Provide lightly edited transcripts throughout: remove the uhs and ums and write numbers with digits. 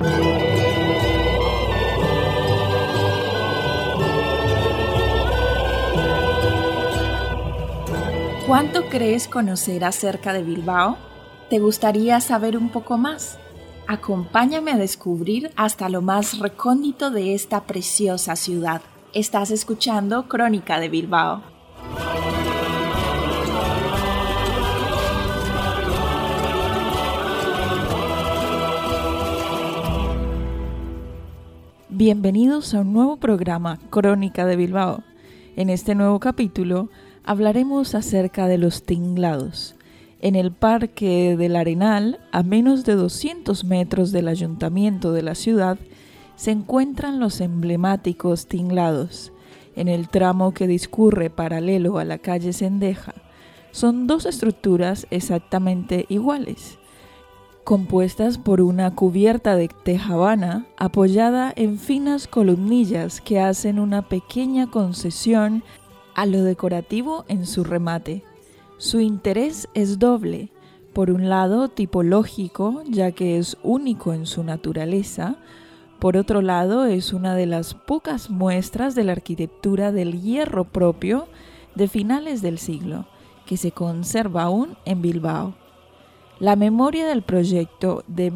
¿Cuánto crees conocer acerca de Bilbao? ¿Te gustaría saber un poco más? Acompáñame a descubrir hasta lo más recóndito de esta preciosa ciudad. Estás escuchando Crónica de Bilbao. Bienvenidos a un nuevo programa, Crónica de Bilbao. En este nuevo capítulo hablaremos acerca de los tinglados. En el Parque del Arenal, a menos de 200 metros del ayuntamiento de la ciudad, se encuentran los emblemáticos tinglados. En el tramo que discurre paralelo a la calle Zendeja, son dos estructuras exactamente iguales, compuestas por una cubierta de tejabana apoyada en finas columnillas que hacen una pequeña concesión a lo decorativo en su remate. Su interés es doble. Por un lado, tipológico, ya que es único en su naturaleza. Por otro lado, es una de las pocas muestras de la arquitectura del hierro propio de finales del siglo, que se conserva aún en Bilbao. La memoria del proyecto de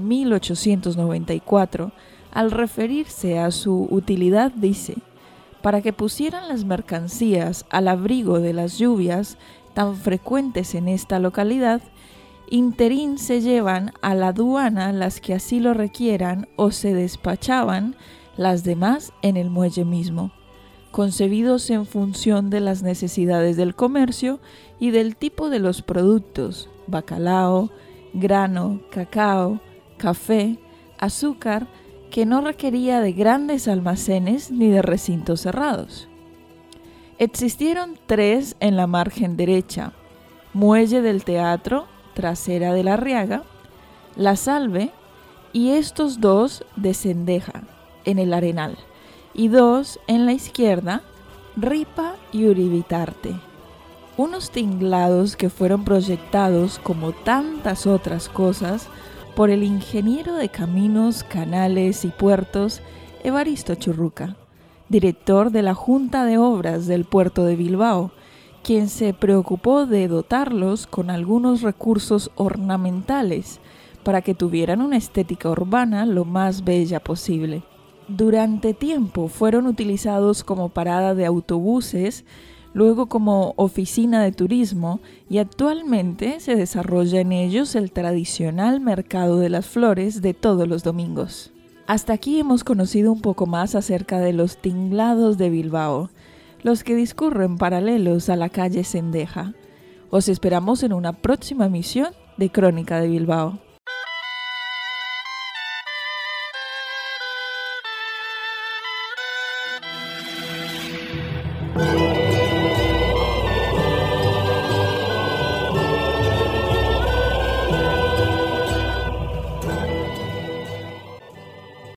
1894, al referirse a su utilidad, dice: para que pusieran las mercancías al abrigo de las lluvias tan frecuentes en esta localidad, interín se llevan a la aduana las que así lo requieran o se despachaban las demás en el muelle mismo, concebidos en función de las necesidades del comercio y del tipo de los productos: bacalao, grano, cacao, café, azúcar, que no requería de grandes almacenes ni de recintos cerrados. Existieron 3 en la margen derecha: Muelle del Teatro, Trasera de la Arriaga, La Salve, y estos 2 de Zendeja, en el Arenal, y 2 en la izquierda, Ripa y Uribitarte. Unos tinglados que fueron proyectados, como tantas otras cosas, por el ingeniero de caminos, canales y puertos Evaristo Churruca, director de la Junta de Obras del Puerto de Bilbao, quien se preocupó de dotarlos con algunos recursos ornamentales para que tuvieran una estética urbana lo más bella posible. Durante tiempo fueron utilizados como parada de autobuses, luego como oficina de turismo, y actualmente se desarrolla en ellos el tradicional mercado de las flores de todos los domingos. Hasta aquí hemos conocido un poco más acerca de los tinglados de Bilbao, los que discurren paralelos a la calle Zendeja. Os esperamos en una próxima emisión de Crónica de Bilbao.